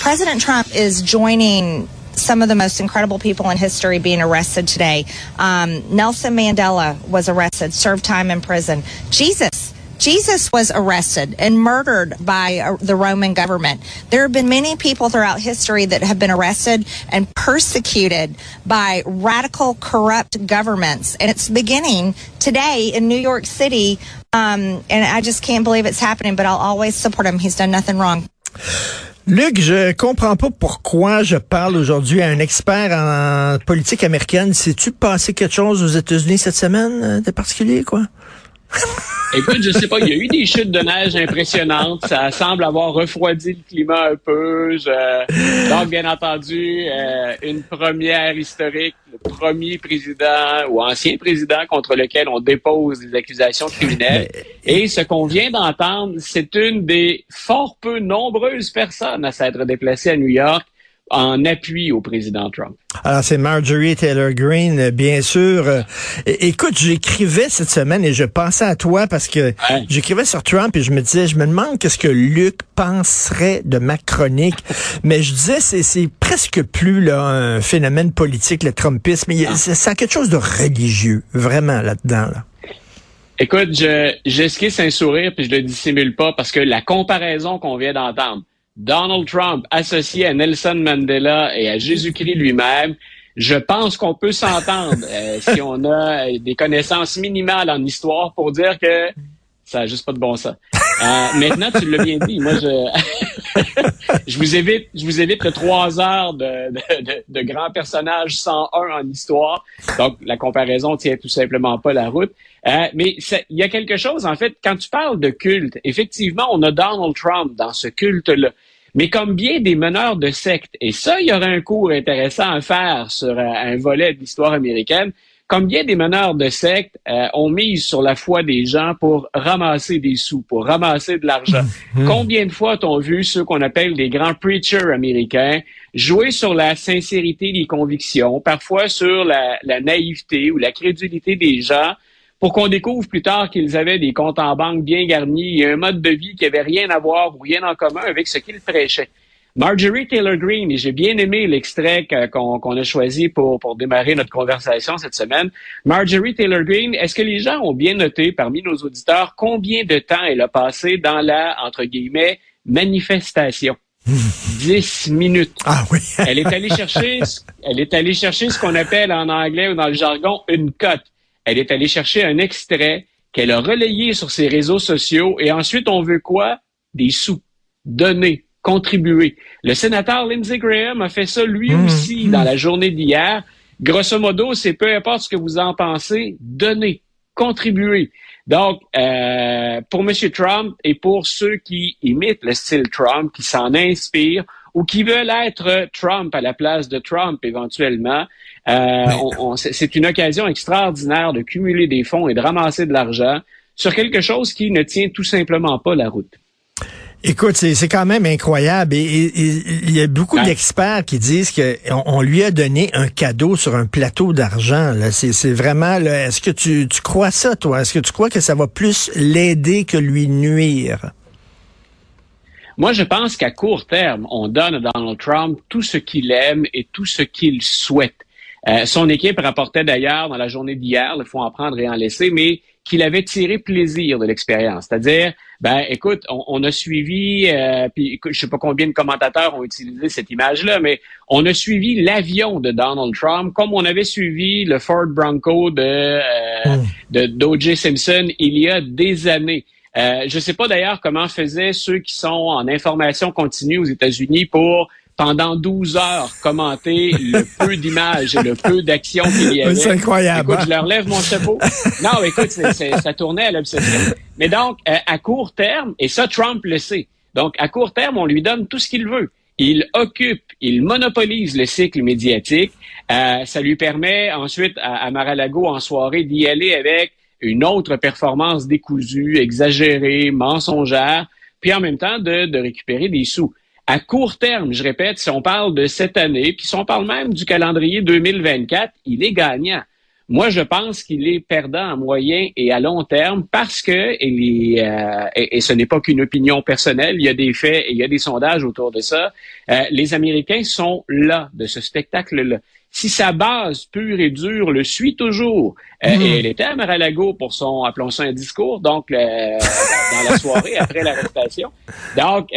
President Trump is joining some of the most incredible people in history being arrested today. Nelson Mandela was arrested, served time in prison. Jesus was arrested and murdered by the Roman government. There have been many people throughout history that have been arrested and persecuted by radical, corrupt governments. And it's beginning today in New York City. And I just can't believe it's happening, but I'll always support him. He's done nothing wrong. Luc, je comprends pas pourquoi je parle aujourd'hui à un expert en politique américaine. Sais-tu passé quelque chose aux États-Unis cette semaine de particulier, quoi? Écoute, je sais pas, il y a eu des chutes de neige impressionnantes. Ça semble avoir refroidi le climat un peu. Donc, bien entendu, une première historique, le premier président ou ancien président contre lequel on dépose des accusations criminelles. Et ce qu'on vient d'entendre, c'est une des fort peu nombreuses personnes à s'être déplacées à New York en appui au président Trump. Alors, c'est Marjorie Taylor Greene, bien sûr. Écoute, j'écrivais cette semaine et je pensais à toi parce que j'écrivais sur Trump et je me demande qu'est-ce que Luc penserait de ma chronique. Mais je disais, c'est presque plus là un phénomène politique, le Trumpisme. Mais ça a quelque chose de religieux, vraiment, là-dedans, là. Écoute, j'esquisse un sourire puis je le dissimule pas parce que la comparaison qu'on vient d'entendre, Donald Trump associé à Nelson Mandela et à Jésus-Christ lui-même, je pense qu'on peut s'entendre si on a des connaissances minimales en histoire pour dire que ça n'a juste pas de bon sens. Maintenant, tu l'as bien dit. Moi, je vous évite le 3 heures de grands personnages 101 en histoire. Donc, la comparaison tient tout simplement pas la route. Mais il y a quelque chose, en fait, quand tu parles de culte, effectivement, on a Donald Trump dans ce culte-là. Mais comme bien des meneurs de sectes, et ça, il y aurait un cours intéressant à faire sur un volet de l'histoire américaine, comme bien des meneurs de sectes ont mise sur la foi des gens pour ramasser des sous, pour ramasser de l'argent. Combien de fois t'ont vu ceux qu'on appelle des grands preachers américains jouer sur la sincérité des convictions, parfois sur la naïveté ou la crédulité des gens, pour qu'on découvre plus tard qu'ils avaient des comptes en banque bien garnis et un mode de vie qui avait rien à voir ou rien en commun avec ce qu'ils prêchaient. Marjorie Taylor Greene, et j'ai bien aimé l'extrait qu'on a choisi pour démarrer notre conversation cette semaine. Marjorie Taylor Greene, est-ce que les gens ont bien noté parmi nos auditeurs combien de temps elle a passé dans la, entre guillemets, manifestation? 10 minutes. Ah oui. Elle est allée chercher ce qu'on appelle en anglais ou dans le jargon une cote. Elle est allée chercher un extrait qu'elle a relayé sur ses réseaux sociaux et ensuite on veut quoi? Des sous. Donner. Contribuer. Le sénateur Lindsey Graham a fait ça lui aussi dans la journée d'hier. Grosso modo, c'est peu importe ce que vous en pensez, donner. Contribuer. Donc, pour M. Trump et pour ceux qui imitent le style Trump, qui s'en inspirent ou qui veulent être Trump à la place de Trump éventuellement, c'est une occasion extraordinaire de cumuler des fonds et de ramasser de l'argent sur quelque chose qui ne tient tout simplement pas la route. Écoute, c'est quand même incroyable. Et il y a beaucoup d'experts qui disent qu'on lui a donné un cadeau sur un plateau d'argent. Là, c'est vraiment. Là, est-ce que tu crois ça, toi? Est-ce que tu crois que ça va plus l'aider que lui nuire? Moi, je pense qu'à court terme, on donne à Donald Trump tout ce qu'il aime et tout ce qu'il souhaite. Son équipe rapportait d'ailleurs dans la journée d'hier, il faut en prendre et en laisser, mais qu'il avait tiré plaisir de l'expérience. C'est-à-dire, écoute, on a suivi, puis je sais pas combien de commentateurs ont utilisé cette image-là, mais on a suivi l'avion de Donald Trump comme on avait suivi le Ford Bronco d'O.J. Simpson il y a des années. Je sais pas d'ailleurs comment faisaient ceux qui sont en information continue aux États-Unis pour pendant 12 heures commenter le peu d'images et le peu d'actions qu'il y avait. C'est incroyable. Écoute, je leur lève mon chapeau. Non, écoute, ça tournait à l'obsession. Mais donc, à court terme, et ça, Trump le sait, donc à court terme, on lui donne tout ce qu'il veut. Il occupe, il monopolise le cycle médiatique. Ça lui permet ensuite, à Mar-a-Lago en soirée, d'y aller avec une autre performance décousue, exagérée, mensongère, puis en même temps de récupérer des sous. À court terme, je répète, si on parle de cette année, puis si on parle même du calendrier 2024, il est gagnant. Moi, je pense qu'il est perdant à moyen et à long terme parce que, et ce n'est pas qu'une opinion personnelle, il y a des faits et il y a des sondages autour de ça, les Américains sont là de ce spectacle-là. Si sa base pure et dure le suit toujours, et elle était à Mar-a-Lago pour son, appelons ça un discours, donc dans la soirée après l'arrestation. Donc,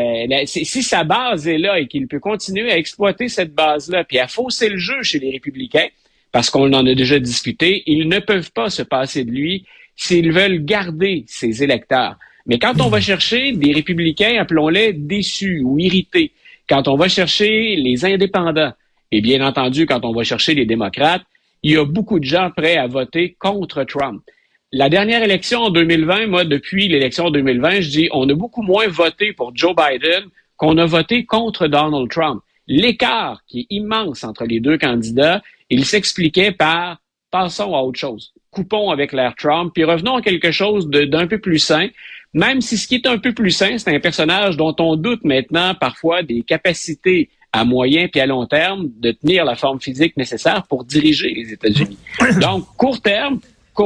si sa base est là et qu'il peut continuer à exploiter cette base-là, puis à fausser le jeu chez les républicains, parce qu'on en a déjà discuté, ils ne peuvent pas se passer de lui s'ils veulent garder ses électeurs. Mais quand on va chercher des républicains, appelons-les déçus ou irrités, quand on va chercher les indépendants, et bien entendu, quand on va chercher les démocrates, il y a beaucoup de gens prêts à voter contre Trump. La dernière élection en 2020, moi, depuis l'élection 2020, je dis, on a beaucoup moins voté pour Joe Biden qu'on a voté contre Donald Trump. L'écart qui est immense entre les deux candidats, il s'expliquait par « passons à autre chose, coupons avec l'ère Trump, puis revenons à quelque chose d'un peu plus sain », même si ce qui est un peu plus sain, c'est un personnage dont on doute maintenant parfois des capacités à moyen puis à long terme de tenir la forme physique nécessaire pour diriger les États-Unis. Donc, court terme,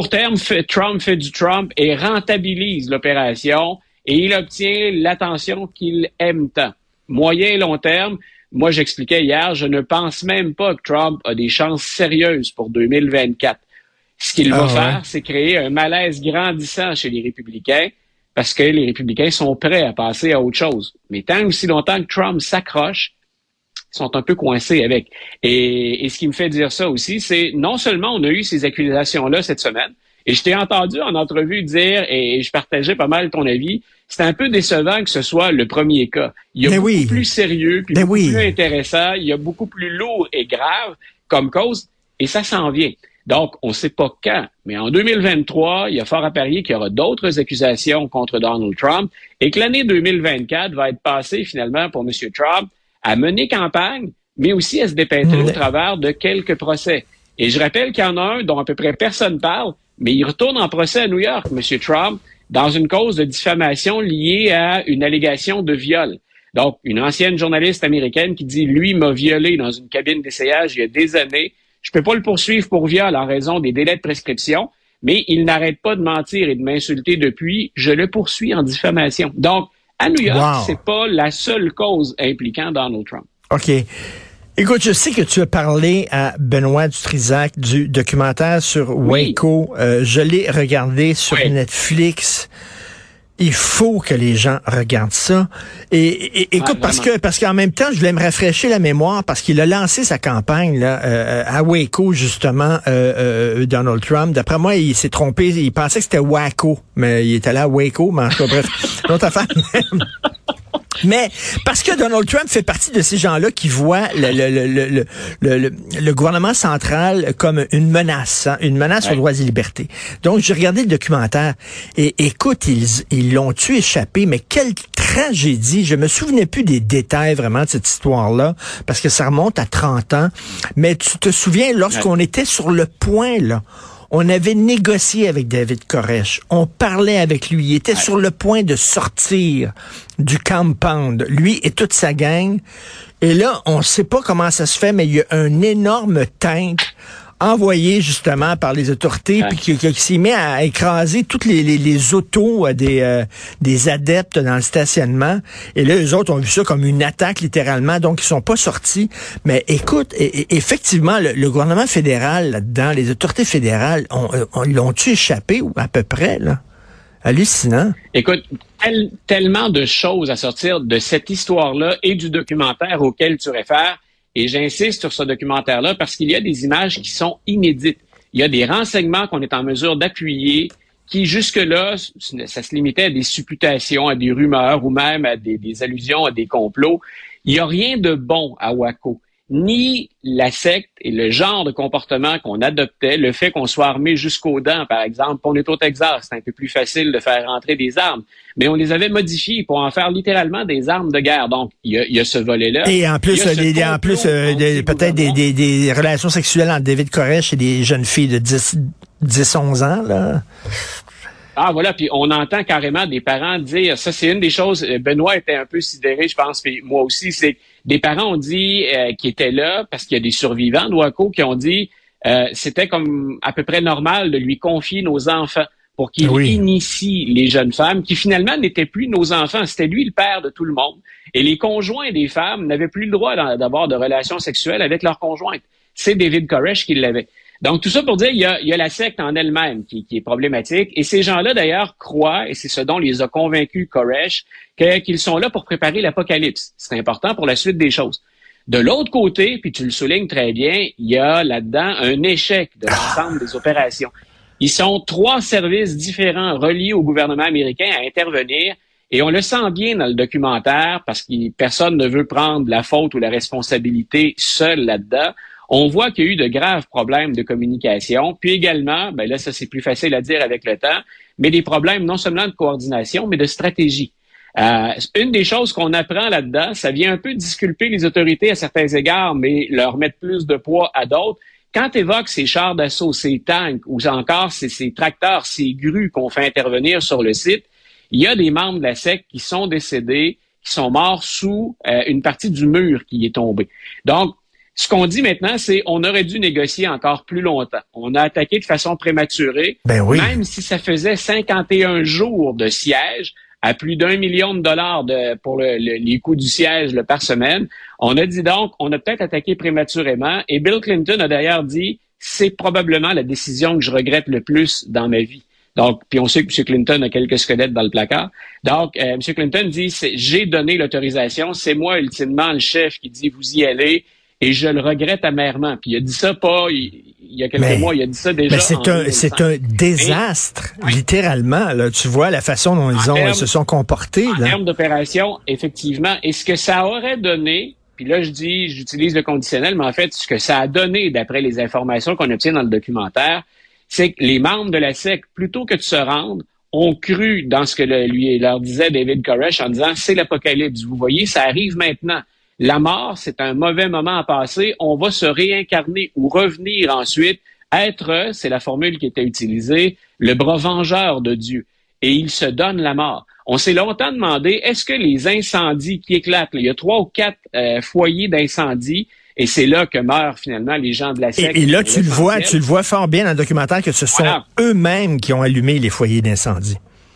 Trump fait du Trump et rentabilise l'opération et il obtient l'attention qu'il aime tant. Moyen et long terme, moi j'expliquais hier, je ne pense même pas que Trump a des chances sérieuses pour 2024. Ce qu'il va faire, c'est créer un malaise grandissant chez les républicains parce que les républicains sont prêts à passer à autre chose. Mais tant aussi longtemps que Trump s'accroche, ils sont un peu coincés avec. Et ce qui me fait dire ça aussi, c'est non seulement on a eu ces accusations-là cette semaine, et je t'ai entendu en entrevue dire, et je partageais pas mal ton avis, c'est un peu décevant que ce soit le premier cas. Il y a beaucoup plus sérieux, puis beaucoup plus intéressant, il y a beaucoup plus lourd et grave comme cause, et ça s'en vient. Donc, on ne sait pas quand, mais en 2023, il y a fort à parier qu'il y aura d'autres accusations contre Donald Trump, et que l'année 2024 va être passée finalement pour M. Trump à mener campagne, mais aussi à se dépêtrer au travers de quelques procès. Et je rappelle qu'il y en a un dont à peu près personne parle, mais il retourne en procès à New York, M. Trump, dans une cause de diffamation liée à une allégation de viol. Donc, une ancienne journaliste américaine qui dit « Lui m'a violé dans une cabine d'essayage il y a des années. Je peux pas le poursuivre pour viol en raison des délais de prescription, mais il n'arrête pas de mentir et de m'insulter depuis. Je le poursuis en diffamation. » Donc, à New York, c'est pas la seule cause impliquant Donald Trump. OK. Écoute, je sais que tu as parlé à Benoît Dutrisac du documentaire sur Waco. Je l'ai regardé sur Netflix. Il faut que les gens regardent ça. Et écoute, parce qu'en même temps, je voulais me rafraîchir la mémoire parce qu'il a lancé sa campagne là à Waco, justement, Donald Trump. D'après moi, il s'est trompé. Il pensait que c'était Waco, mais il est allé à Waco. Mais en tout cas, bref, l'autre affaire. Mais parce que Donald Trump fait partie de ces gens-là qui voient le gouvernement central comme une menace aux droits et libertés. Donc, j'ai regardé le documentaire et écoute, ils l'ont-tu échappé, mais quelle tragédie. Je me souvenais plus des détails vraiment de cette histoire-là parce que ça remonte à 30 ans. Mais tu te souviens, lorsqu'on était sur le point, là, on avait négocié avec David Koresh. On parlait avec lui. Il était sur le point de sortir du compound. Lui et toute sa gang. Et là, on ne sait pas comment ça se fait, mais il y a un énorme tank envoyé justement par les autorités, puis qui s'est mis à écraser toutes les autos des adeptes dans le stationnement. Et là, eux autres ont vu ça comme une attaque littéralement, donc ils sont pas sortis. Mais écoute, effectivement, le gouvernement fédéral là-dedans, les autorités fédérales, l'ont-tu échappé ou à peu près là? Hallucinant. Écoute, tellement de choses à sortir de cette histoire-là et du documentaire auquel tu réfères. Et j'insiste sur ce documentaire-là parce qu'il y a des images qui sont inédites. Il y a des renseignements qu'on est en mesure d'appuyer qui, jusque-là, ça se limitait à des supputations, à des rumeurs ou même à des allusions à des complots. Il n'y a rien de bon à Waco. Ni la secte et le genre de comportement qu'on adoptait, le fait qu'on soit armé jusqu'aux dents, par exemple. On est au Texas, c'est un peu plus facile de faire rentrer des armes. Mais on les avait modifiées pour en faire littéralement des armes de guerre. Donc, il y a ce volet-là. Et en plus, peut-être des relations sexuelles entre David Koresh et des jeunes filles de 10-11 ans, là. Ah, voilà, puis on entend carrément des parents dire, ça c'est une des choses, Benoît était un peu sidéré, je pense, puis moi aussi, c'est des parents ont dit qui étaient là, parce qu'il y a des survivants de Waco qui ont dit, c'était comme à peu près normal de lui confier nos enfants pour qu'il initie les jeunes femmes qui finalement n'étaient plus nos enfants. C'était lui le père de tout le monde. Et les conjoints des femmes n'avaient plus le droit d'avoir de relations sexuelles avec leurs conjointes. C'est David Koresh qui l'avait. Donc, tout ça pour dire, il y a la secte en elle-même qui est problématique. Et ces gens-là, d'ailleurs, croient, et c'est ce dont les a convaincus Koresh, qu'ils sont là pour préparer l'apocalypse. C'est important pour la suite des choses. De l'autre côté, puis tu le soulignes très bien, il y a là-dedans un échec de l'ensemble des opérations. Ils sont 3 services différents reliés au gouvernement américain à intervenir. Et on le sent bien dans le documentaire parce que personne ne veut prendre la faute ou la responsabilité seul là-dedans. On voit qu'il y a eu de graves problèmes de communication. Puis également, ben là, ça c'est plus facile à dire avec le temps, mais des problèmes non seulement de coordination, mais de stratégie. Une des choses qu'on apprend là-dedans, ça vient un peu disculper les autorités à certains égards, mais leur mettre plus de poids à d'autres. Quand tu évoques ces chars d'assaut, ces tanks ou encore ces tracteurs, ces grues qu'on fait intervenir sur le site, il y a des membres de la secte qui sont décédés, qui sont morts sous une partie du mur qui est tombé. Donc, ce qu'on dit maintenant, c'est on aurait dû négocier encore plus longtemps. On a attaqué de façon prématurée, même si ça faisait 51 jours de siège, à plus d'1 million de dollars pour les coûts du siège par semaine. On a dit donc, on a peut-être attaqué prématurément. Et Bill Clinton a d'ailleurs dit, c'est probablement la décision que je regrette le plus dans ma vie. Donc, puis on sait que M. Clinton a quelques squelettes dans le placard. Donc, M. Clinton dit, j'ai donné l'autorisation, c'est moi ultimement le chef qui dit, vous y allez. Et je le regrette amèrement. Puis il a dit ça pas il y a quelques mois, il a dit ça déjà. Mais c'est un désastre, littéralement. Là, tu vois la façon dont ils se sont comportés. En termes d'opération, effectivement. Et ce que ça aurait donné, puis là j'utilise le conditionnel, mais en fait, ce que ça a donné, d'après les informations qu'on obtient dans le documentaire, c'est que les membres de la secte, plutôt que de se rendre, ont cru dans ce que lui leur disait David Koresh en disant c'est l'apocalypse. Vous voyez, ça arrive maintenant. La mort, c'est un mauvais moment à passer. On va se réincarner ou revenir ensuite, être, c'est la formule qui était utilisée, le bras vengeur de Dieu. Et il se donne la mort. On s'est longtemps demandé, est-ce que les incendies qui éclatent, il y a 3 ou 4 foyers d'incendie, et c'est là que meurent finalement les gens de la secte. Et là, tu le vois fort bien dans le documentaire que ce sont eux-mêmes qui ont allumé les foyers d'incendie.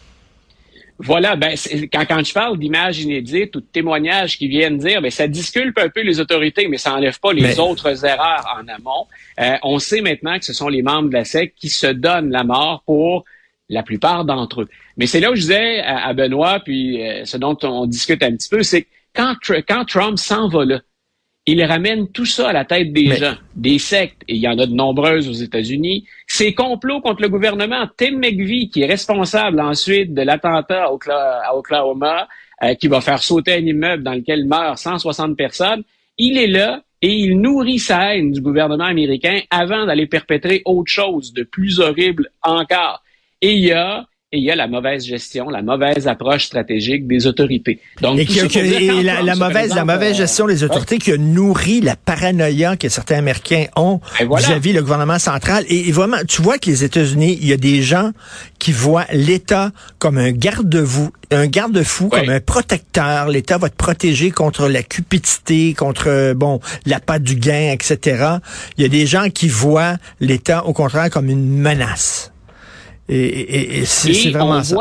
Voilà, quand je parle d'images inédites ou de témoignages qui viennent dire, ça disculpe un peu les autorités, mais ça enlève pas les autres erreurs en amont. On sait maintenant que ce sont les membres de la secte qui se donnent la mort pour la plupart d'entre eux. Mais c'est là où je disais à Benoît, puis ce dont on discute un petit peu, c'est que quand Trump s'en va là, il ramène tout ça à la tête des gens, des sectes, et il y en a de nombreuses aux États-Unis. Ces complots contre le gouvernement, Tim McVeigh, qui est responsable ensuite de l'attentat à Oklahoma, qui va faire sauter un immeuble dans lequel meurent 160 personnes, il est là et il nourrit sa haine du gouvernement américain avant d'aller perpétrer autre chose de plus horrible encore. Et il y a la mauvaise gestion, la mauvaise approche stratégique des autorités. Donc, la mauvaise gestion des autorités qui a nourri la paranoïa que certains Américains ont vis-à-vis le gouvernement central. Et vraiment, tu vois que les États-Unis, il y a des gens qui voient l'État comme un garde-fou, comme un protecteur. L'État va te protéger contre la cupidité, contre l'appât du gain, etc. Il y a des gens qui voient l'État, au contraire, comme une menace. Et c'est vraiment ça.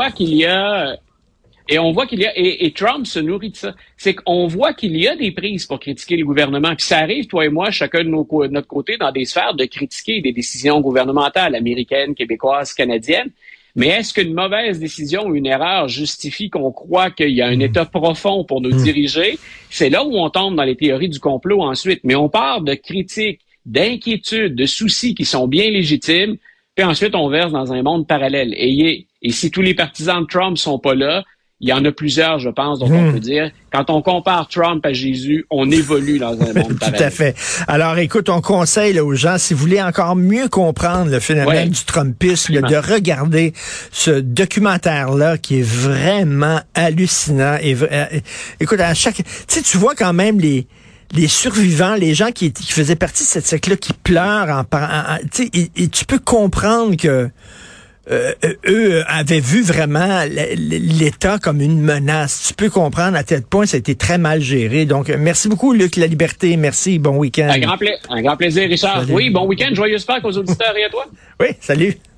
On voit qu'il y a, et Trump se nourrit de ça. C'est qu'on voit qu'il y a des prises pour critiquer le gouvernement. Puis ça arrive, toi et moi, chacun de notre côté, dans des sphères, de critiquer des décisions gouvernementales américaines, québécoises, canadiennes. Mais est-ce qu'une mauvaise décision ou une erreur justifie qu'on croit qu'il y a un État profond pour nous diriger? C'est là où on tombe dans les théories du complot ensuite. Mais on part de critiques, d'inquiétudes, de soucis qui sont bien légitimes. Puis ensuite, on verse dans un monde parallèle. Et si tous les partisans de Trump sont pas là, il y en a plusieurs, je pense, dont on peut dire, quand on compare Trump à Jésus, on évolue dans un monde parallèle. Tout à fait. Alors, écoute, on conseille aux gens, si vous voulez encore mieux comprendre le phénomène du Trumpisme, de regarder ce documentaire-là qui est vraiment hallucinant. Écoute, tu vois quand même les survivants, les gens qui faisaient partie de cette secte-là, qui pleurent et tu peux comprendre que eux avaient vu vraiment l'État comme une menace. Tu peux comprendre à tel point ça a été très mal géré. Donc, merci beaucoup, Luc La Liberté. Merci, bon week-end. Un grand plaisir, Richard. Salut. Oui, bon week-end, joyeuse Pâques aux auditeurs et à toi. Oui, salut.